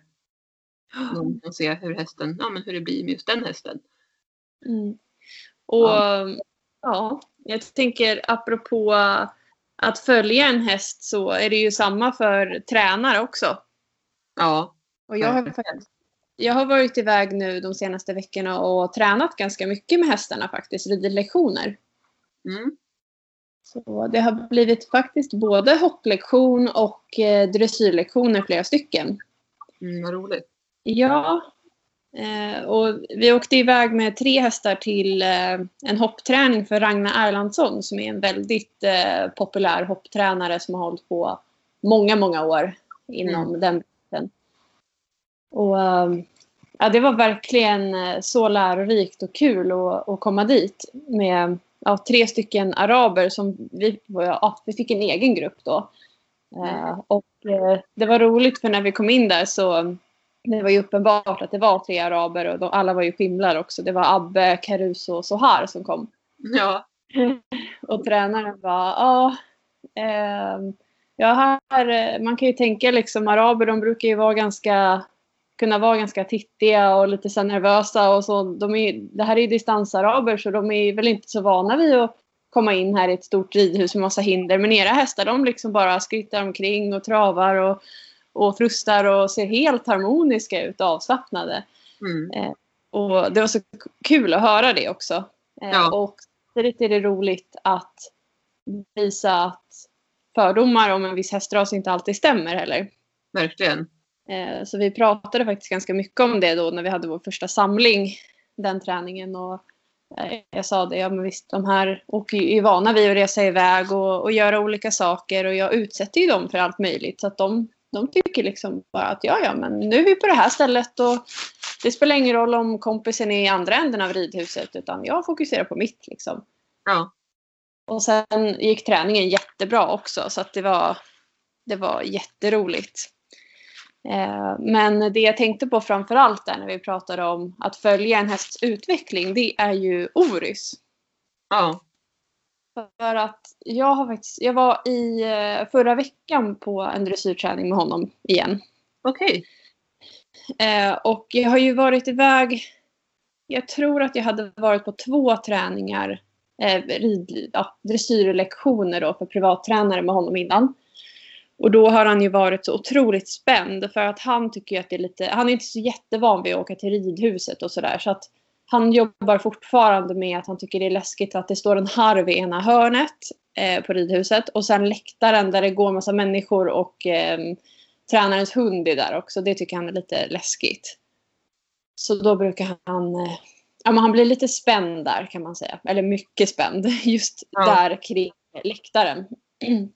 De kan se hur hästen, ja men hur det blir med just den hästen.
Mm. Och ja. ja, jag tänker apropå att följa en häst så är det ju samma för tränare också.
Ja.
Och jag har faktiskt Jag har varit iväg nu de senaste veckorna och tränat ganska mycket med hästarna faktiskt, ridlektioner.
Mm.
Så det har blivit faktiskt både hopplektion och eh, dressyrlektioner, flera stycken.
Mm, vad roligt.
Ja, eh, och vi åkte iväg med tre hästar till eh, en hoppträning för Ragnar Erlandsson som är en väldigt eh, populär hopptränare som har hållit på många, många år inom mm. den biten. Och ja, det var verkligen så lärorikt och kul att, att komma dit med ja, tre stycken araber som vi, ja, vi fick en egen grupp då. Mm. Uh, och uh, det var roligt för när vi kom in där så det var ju uppenbart att det var tre araber och de, alla var ju skimlar också. Det var Abbe, Caruso och Sohar som kom.
Ja.
Och tränaren var ja, uh, ja här, man kan ju tänka liksom araber, de brukar ju vara ganska kunna vara ganska tittiga och lite så nervösa och så. De är, det här är ju distansaraber så de är väl inte så vana vid att komma in här i ett stort ridhus med massa hinder. Men era hästar, de liksom bara skrittar omkring och travar och, och frustar och ser helt harmoniska ut och avslappnade. Mm. Eh, och det var så kul att höra det också. Eh, ja. Och samtidigt är det roligt att visa att fördomar om en viss hästras inte alltid stämmer heller.
Verkligen.
Så vi pratade faktiskt ganska mycket om det då när vi hade vår första samling, den träningen. Och jag sa det, ja men visst, de här åker ju är vana vid att resa iväg och, och göra olika saker. Och jag utsätter ju dem för allt möjligt. Så att de, de tycker liksom bara att ja, ja, men nu är vi på det här stället. Och det spelar ingen roll om kompisen är i andra änden av ridhuset. Utan jag fokuserar på mitt liksom.
Ja.
Och sen gick träningen jättebra också. Så att det var, det var jätteroligt. Men det jag tänkte på framförallt där när vi pratade om att följa en hästs utveckling, det är ju Orys.
Ja.
För att jag har faktiskt, jag var i förra veckan på en dressyrträning med honom igen.
Okej.
Okay. Och jag har ju varit iväg, jag tror att jag hade varit på två träningar, rid, ja, dressyrlektioner då för privattränare med honom innan. Och då har han ju varit så otroligt spänd för att han tycker att det är lite, han är inte så jättevan vid att åka till ridhuset och sådär. Så att han jobbar fortfarande med att han tycker det är läskigt att det står en harv i ena hörnet eh, på ridhuset. Och sen läktaren där det går en massa människor och eh, tränarens hund är där också. Det tycker han är lite läskigt. Så då brukar han, eh, ja men han blir lite spänd där kan man säga. Eller mycket spänd just ja. Där kring läktaren. Mm.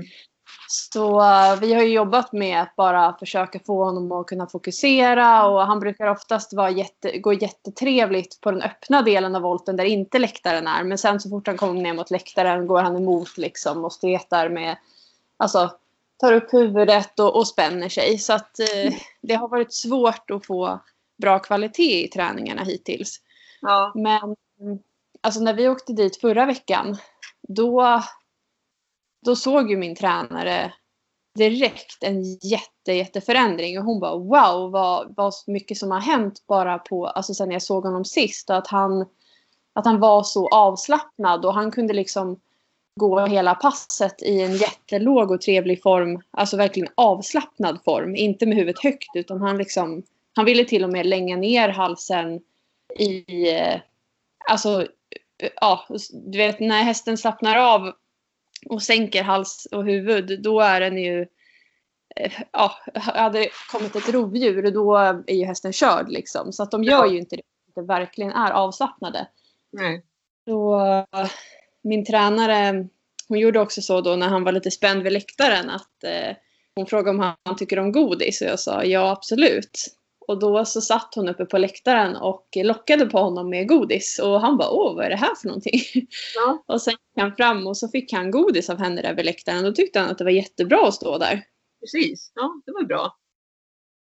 Så uh, vi har ju jobbat med att bara försöka få honom att kunna fokusera och han brukar oftast vara jätte, gå jättetrevligt på den öppna delen av volten där inte läktaren är. Men sen så fort han kommer ner mot läktaren går han emot liksom och stretar med, alltså tar upp huvudet och, och spänner sig. Så att uh, det har varit svårt att få bra kvalitet i träningarna hittills.
Ja.
Men alltså när vi åkte dit förra veckan då Då såg ju min tränare direkt en jätte, jätte förändring. Och hon bara wow, vad, vad mycket som har hänt bara på, alltså sen jag såg honom sist. Och att han, att han var så avslappnad och han kunde liksom gå hela passet i en jättelåg och trevlig form. Alltså verkligen avslappnad form. Inte med huvudet högt utan han liksom, han ville till och med länga ner halsen i, alltså ja, du vet när hästen slappnar av och sänker hals och huvud, då är den ju, ja, hade det kommit ett rovdjur då är ju hästen körd liksom. Så att de gör ju inte det, det verkligen är avslappnade.
Nej.
Så min tränare, hon gjorde också så då när han var lite spänd vid läktaren att eh, hon frågade om han tycker om godis och jag sa ja absolut. Och då så satt hon uppe på läktaren och lockade på honom med godis. Och han bara, åh vad är det här för någonting?
Ja.
Och sen gick han fram och så fick han godis av henne där vid läktaren. Och då tyckte han att det var jättebra att stå där.
Precis, ja det var bra.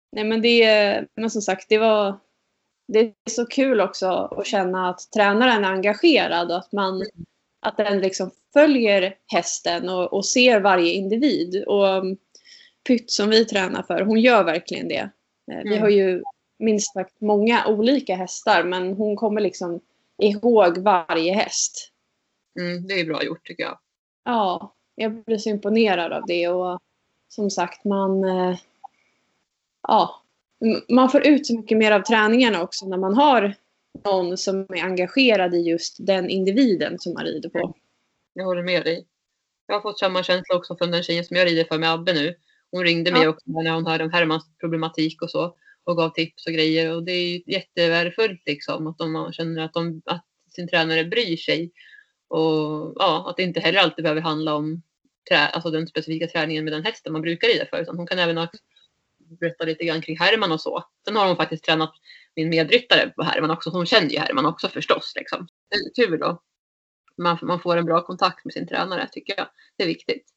Nej, men det är, men som sagt, det var det är så kul också att känna att tränaren är engagerad och att man att den liksom följer hästen och, och ser varje individ. Och um, Pytt som vi tränar för, hon gör verkligen det. Eh, Vi
Mm.
har ju minst sagt många olika hästar, men hon kommer liksom ihåg varje häst.
Mm, det är bra gjort tycker jag.
Ja, jag blir så imponerad av det och som sagt man eh, ja, m- man får ut så mycket mer av träningarna också när man har någon som är engagerad i just den individen som man rider på.
Jag håller med dig. Jag har fått samma känsla också från den tjejen som jag rider för med Abbe nu. Hon ringde mig
Ja.
också när hon hörde om Hermans problematik och så. Och gav tips och grejer. Och det är ju jättevärdefullt liksom. Att de känner att, de, att sin tränare bryr sig. Och ja, att det inte heller alltid behöver handla om trä, alltså den specifika träningen med den hästen man brukar rida för. Utan hon kan även också berätta lite grann kring Herman och så. Sen har hon faktiskt tränat min medryttare på Herman också. Så hon känner ju Herman också förstås. Liksom. Det är kul då. Man, man får en bra kontakt med sin tränare tycker jag. Det är viktigt.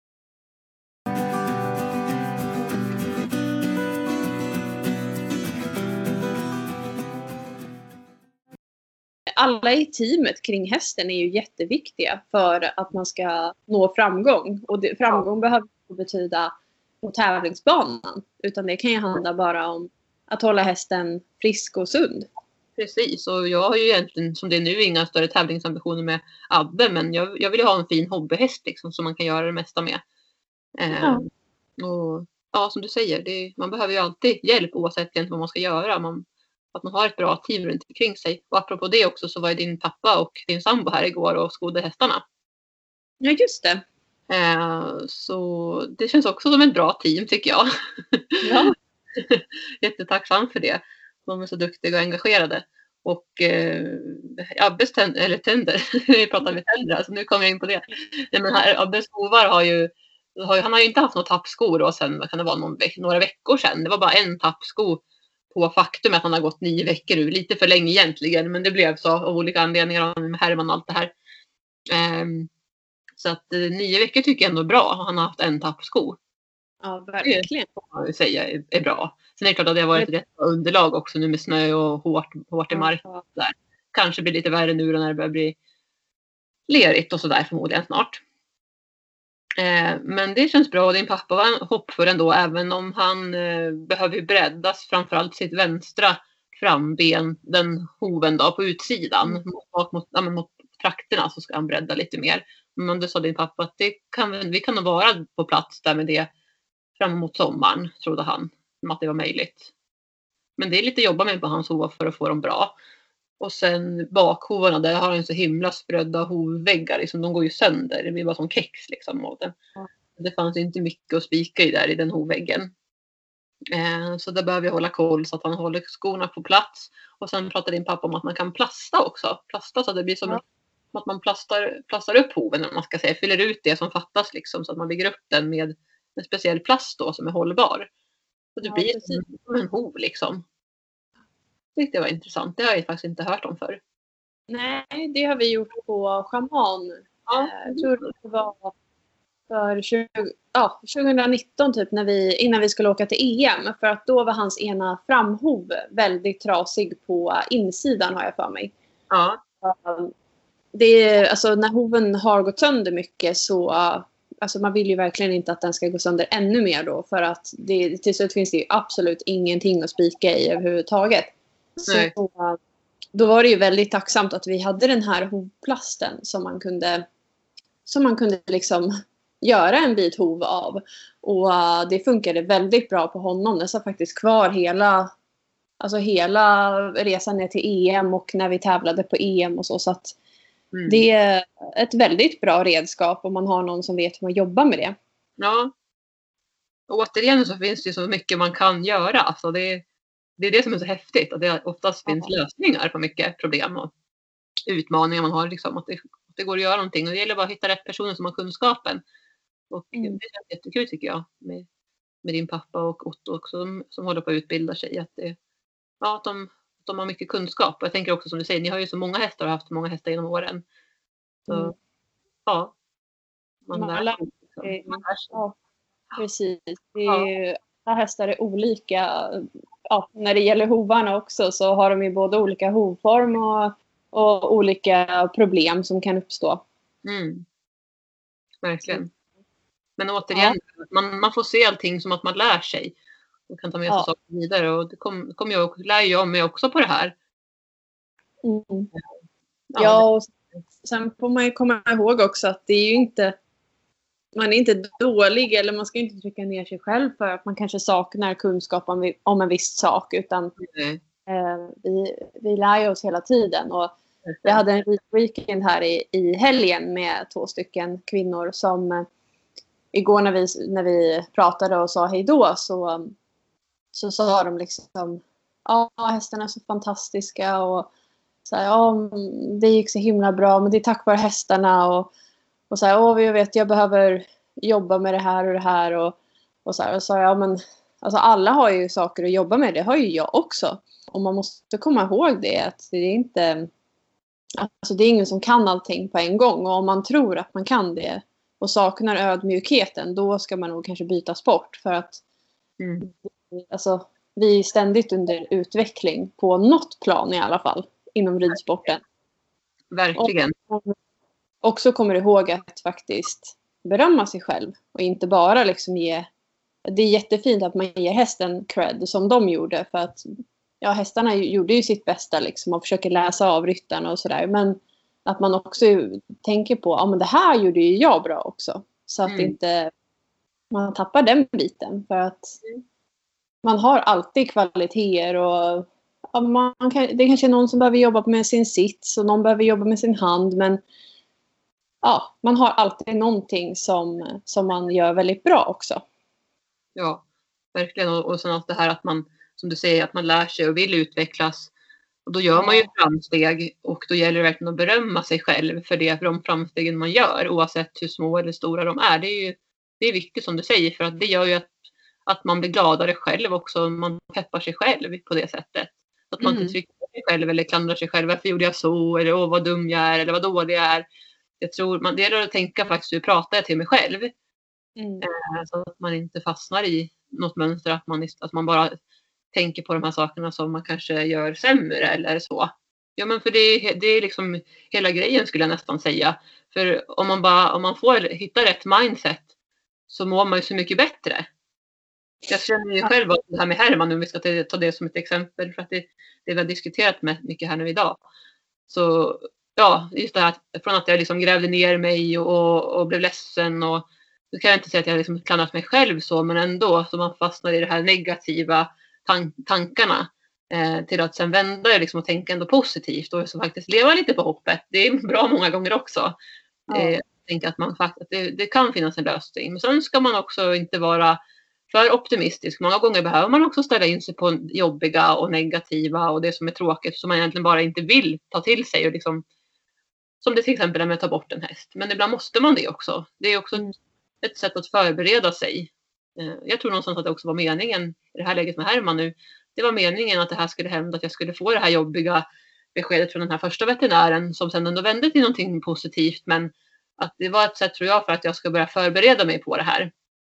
Alla i teamet kring hästen är ju jätteviktiga för att man ska nå framgång. Och det, framgång behöver inte betyda på tävlingsbanan. Utan det kan ju handla bara om att hålla hästen frisk och sund.
Precis, och jag har ju egentligen som det är nu inga större tävlingsambitioner med Abbe, men jag, jag vill ju ha en fin hobbyhäst liksom, som man kan göra det mesta med. Eh,
Ja.
Och ja, som du säger, det, man behöver ju alltid hjälp oavsett egentligen vad man ska göra. Man, att man har ett bra team runt omkring sig. Och apropå det också så var ju din pappa och din sambo här igår och skodde hästarna.
Ja, just det.
Eh, så det känns också som ett bra team tycker jag.
Ja.
Jättetacksam för det. De är så duktiga och engagerade. Och eh, Abbes tänder, eller tänder, vi pratar med tänder, alltså nu kommer jag in på det. Nej, men här, Abbes hovar har ju, har ju, han har ju inte haft några tappskor då sen, vad kan det vara, någon, några veckor sedan. Det var bara en tappsko på faktum att han har gått nio veckor nu. Lite för länge egentligen, men det blev så av olika anledningar med Herman och allt det här. Um, så att eh, nio veckor tycker jag ändå är bra. Han har haft en tappsko.
Ja, verkligen.
Det får man säga är, är bra. Sen är det klart att det har varit ett rätt bra underlag också nu med snö och hårt, hårt i marken.
Ja.
Där. Kanske blir lite värre nu när det börjar bli lerigt och sådär förmodligen snart. Eh, men det känns bra och din pappa var hoppfull ändå även om han eh, behöver breddas framförallt sitt vänstra framben, den hoven då på utsidan
Mm.
mot, mot, ja, mot trakterna så ska han bredda lite mer. Men då sa din pappa att det kan, vi kan nog vara på plats där med det fram emot sommaren, trodde han, om att det var möjligt. Men det är lite jobba med på hans hovar för att få dem bra. Och sen bakhovarna, där har han så himla sprödda hovväggar, liksom, de går ju sönder, det blir bara som kex liksom. Och det,
Ja.
det fanns inte mycket att spika i där i den hovväggen. Eh, så där behöver jag hålla koll så att han håller skorna på plats. Och sen pratade din pappa om att man kan plasta också. Plasta så att det blir som
Ja.
att man plastar, plastar upp hoven, om man ska säga. Fyller ut det som fattas liksom, så att man bygger upp den med en speciell plast då som är hållbar. Så det
Ja,
blir
precis.
som en hov liksom. Det tyckte jag var intressant. Det har jag faktiskt inte hört om förr.
Nej, det har vi gjort på Schaman.
Ja.
Eh, Jag tror det var för tjugo, ja, tjugonitton typ när vi, innan vi skulle åka till E M. För att då var hans ena framhov väldigt trasig på insidan har jag för mig.
Ja.
Um, Det är, alltså, när hoven har gått sönder mycket så uh, alltså, man vill ju verkligen inte att den ska gå sönder ännu mer då. För att det, till slut finns det ju absolut ingenting att spika i överhuvudtaget.
Nej.
Så uh, då var det ju väldigt tacksamt att vi hade den här hovplasten som man kunde, som man kunde liksom göra en bit hov av. Och uh, det funkade väldigt bra på honom. Den satt faktiskt kvar hela, alltså hela resan ner till E M och när vi tävlade på E M och så. Så att
Mm.
det är ett väldigt bra redskap om man har någon som vet hur man jobbar med det.
Ja. Och återigen så finns det ju så mycket man kan göra. Alltså det, det är det som är så häftigt. Att det oftast
Ja.
finns lösningar på mycket problem och utmaningar man har. Liksom, att, det, att det går att göra någonting. Och det gäller bara att hitta rätt personer som har kunskapen. Och
Mm.
det känns jättekul tycker jag. Med, med din pappa och Otto också som, som håller på att utbilda sig. Att, det, ja, att, de, att de har mycket kunskap. Och jag tänker också som du säger, ni har ju så många hästar och har haft många hästar genom åren. Så
Mm.
ja. Man
Man
lär
lär
sig. Liksom.
sig.
Man lär sig.
Ja, precis. Det är, alla hästar är olika. Ja, när det gäller hovarna också så har de ju både olika hovform och, och olika problem som kan uppstå.
Mm. Verkligen. Men återigen, ja. man, man får se allting som att man lär sig. Och kan ta med sig ja. saker vidare. Och det kommer kom jag, lär jag mig också på det här.
Mm. Ja, ja, och sen får man ju komma ihåg också att det är ju inte... Man är inte dålig eller man ska inte trycka ner sig själv för att man kanske saknar kunskap om, om en viss sak. Utan mm. eh, vi, vi lär oss hela tiden. Och jag hade en weekend här i, i helgen med två stycken kvinnor som eh, igår när vi, när vi pratade och sa hej då så, så sa de liksom ja, hästarna är så fantastiska och så här, ja, det gick så himla bra men det är tack vare hästarna och Och så här, åh, jag vet, jag behöver jobba med det här och det här. Och, och så här, och så här, ja men, alltså alla har ju saker att jobba med, det har ju jag också. Och man måste komma ihåg det, att det är inte, alltså det är ingen som kan allting på en gång. Och om man tror att man kan det och saknar ödmjukheten, då ska man nog kanske byta sport. För att mm. alltså, vi är ständigt under utveckling på något plan i alla fall, inom ridsporten.
Verkligen.
Och, också kommer ihåg att faktiskt berömma sig själv och inte bara liksom ge, det är jättefint att man ger hästen cred som de gjorde för att ja, hästarna gjorde ju sitt bästa liksom och försöker läsa av ryttarna och sådär, men att man också tänker på, ja men det här gjorde ju jag bra också, så att mm. inte man tappar den biten, för att man har alltid kvaliteter och ja, man kan, det är kanske någon som behöver jobba med sin sits och någon behöver jobba med sin hand, men ja, man har alltid någonting som, som man gör väldigt bra också.
Ja, verkligen. Och, och sen att det här att man, som du säger, att man lär sig och vill utvecklas. Och då gör man ju framsteg och då gäller det verkligen att berömma sig själv för det, för de framstegen man gör, oavsett hur små eller stora de är. Det är ju det är viktigt som du säger, för att det gör ju att, att man blir gladare själv också. Man peppar sig själv på det sättet. Att man mm. inte trycker sig själv eller klandrar sig själv. Varför gjorde jag så? Eller åh vad dum jag är? Eller vad dålig jag är? Jag tror man, det gäller att tänka faktiskt, hur pratar jag till mig själv? Mm. Eh, så att man inte fastnar i något mönster, att man, att man bara tänker på de här sakerna som man kanske gör sämre eller så. Ja, men för det, det är liksom hela grejen, skulle jag nästan säga. För om man bara, om man får hitta rätt mindset så mår man ju så mycket bättre. Jag känner ju själv att det här med Herman, om vi ska ta det som ett exempel, för att det, det vi har diskuterat med mycket här nu idag. Så ja, just det här från att jag liksom grävde ner mig och, och blev ledsen, och nu kan jag inte säga att jag liksom klandrat mig själv så, men ändå så man fastnar i det här negativa tan- tankarna eh, till att sen vända det liksom och tänka ändå positivt och så faktiskt leva lite på hoppet. Det är bra många gånger också. Ja. Eh, tänka att man faktiskt, att det, det kan finnas en lösning. Men sen ska man också inte vara för optimistisk. Många gånger behöver man också ställa in sig på jobbiga och negativa och det som är tråkigt som man egentligen bara inte vill ta till sig och liksom, som det till exempel är med att ta bort en häst. Men ibland måste man det också. Det är också ett, ett sätt att förbereda sig. Jag tror någonstans att det också var meningen i det här läget med Herman nu. Det var meningen att det här skulle hända, att jag skulle få det här jobbiga beskedet från den här första veterinären som sen ändå vände till någonting positivt. Men att det var ett sätt, tror jag, för att jag ska börja förbereda mig på det här.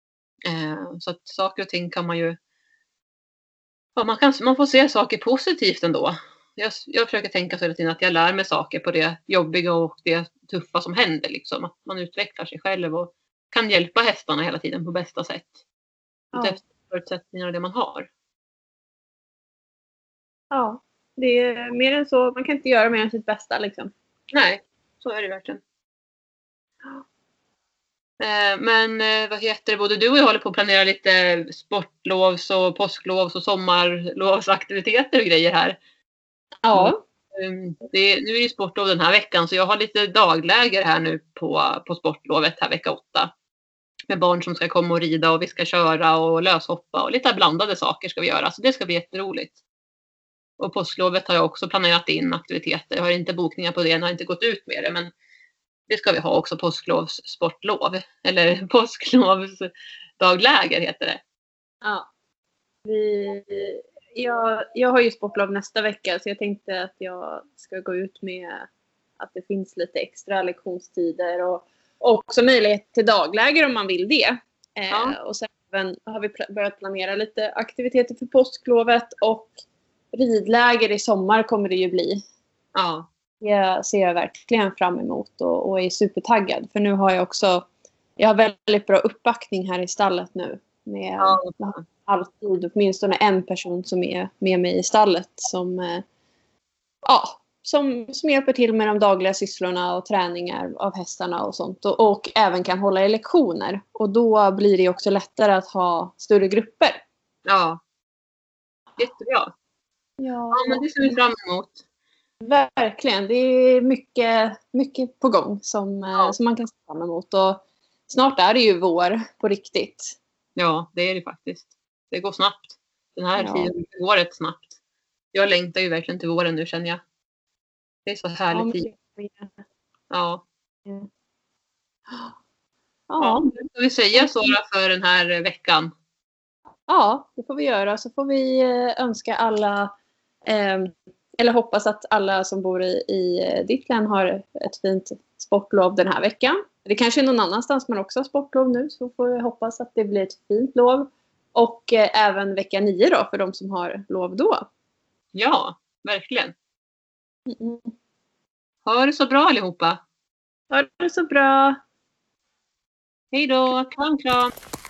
Så att saker och ting kan man ju... Ja, man, kan, man får se saker positivt ändå. Jag, jag försöker tänka så hela tiden att jag lär mig saker på det jobbiga och det tuffa som händer. Liksom. Att man utvecklar sig själv och kan hjälpa hästarna hela tiden på bästa sätt. Ja. Efter förutsättningarna det man har.
Ja, det är mer än så. Man kan inte göra mer än sitt bästa liksom.
Nej, så är det verkligen. Men vad heter det, både du och jag håller på att planera lite sportlovs och påsklovs och sommarlovsaktiviteter och grejer här.
Ja.
Det, nu är det sportlov den här veckan, så jag har lite dagläger här nu på, på sportlovet här vecka åtta. Med barn som ska komma och rida och vi ska köra och löshoppa och lite blandade saker ska vi göra. Så det ska bli jätteroligt. Och påsklovet har jag också planerat in aktiviteter. Jag har inte bokningar på det, jag har inte gått ut med det, men det ska vi ha också, påsklovs sportlov. Eller påsklovs dagläger heter det.
Ja. Vi, jag, jag har ju sportlov nästa vecka, så jag tänkte att jag ska gå ut med att det finns lite extra lektionstider och, och också möjlighet till dagläger om man vill det. Ja. Eh, och sen även har vi pl- börjat planera lite aktiviteter för påsklovet. Och ridläger i sommar kommer det ju bli.
Ja.
Det ser jag verkligen fram emot och, och är supertaggad. För nu har jag också, jag har väldigt bra uppbackning här i stallet nu. Med,
Ja.
med alltid åtminstone en person som är med mig i stallet. Som, eh, ja, som, som hjälper till med de dagliga sysslorna och träningar av hästarna och sånt. Och, och även kan hålla i lektioner. Och då blir det också lättare att ha större grupper.
Ja. Jättebra.
Ja,
Ja, men det ser vi fram emot.
Verkligen. Det är mycket, mycket på gång som,
Ja.
eh, som man kan se fram emot. Och snart är det ju vår på riktigt.
Ja, det är det faktiskt. Det går snabbt. Den här
Ja.
tiden går rätt snabbt. Jag längtar ju verkligen till våren nu, känner jag. Det är så
Ja,
härlig
men
tid.
det-
Ja.
ja.
Ja,
Ja,
ska vi säga så då för den här veckan?
ja, det får vi göra. Så får vi eh, önska alla, eh, eller hoppas att alla som bor i, i eh, ditt län har ett fint sportlov den här veckan. Det kanske är någon annanstans man också har sportlov nu. Så får vi hoppas att det blir ett fint lov. Och eh, även vecka nio då för de som har lov då.
Ja, verkligen.
Mm.
Ha det så bra allihopa.
Ha det så bra.
Hej då. Kram, kram.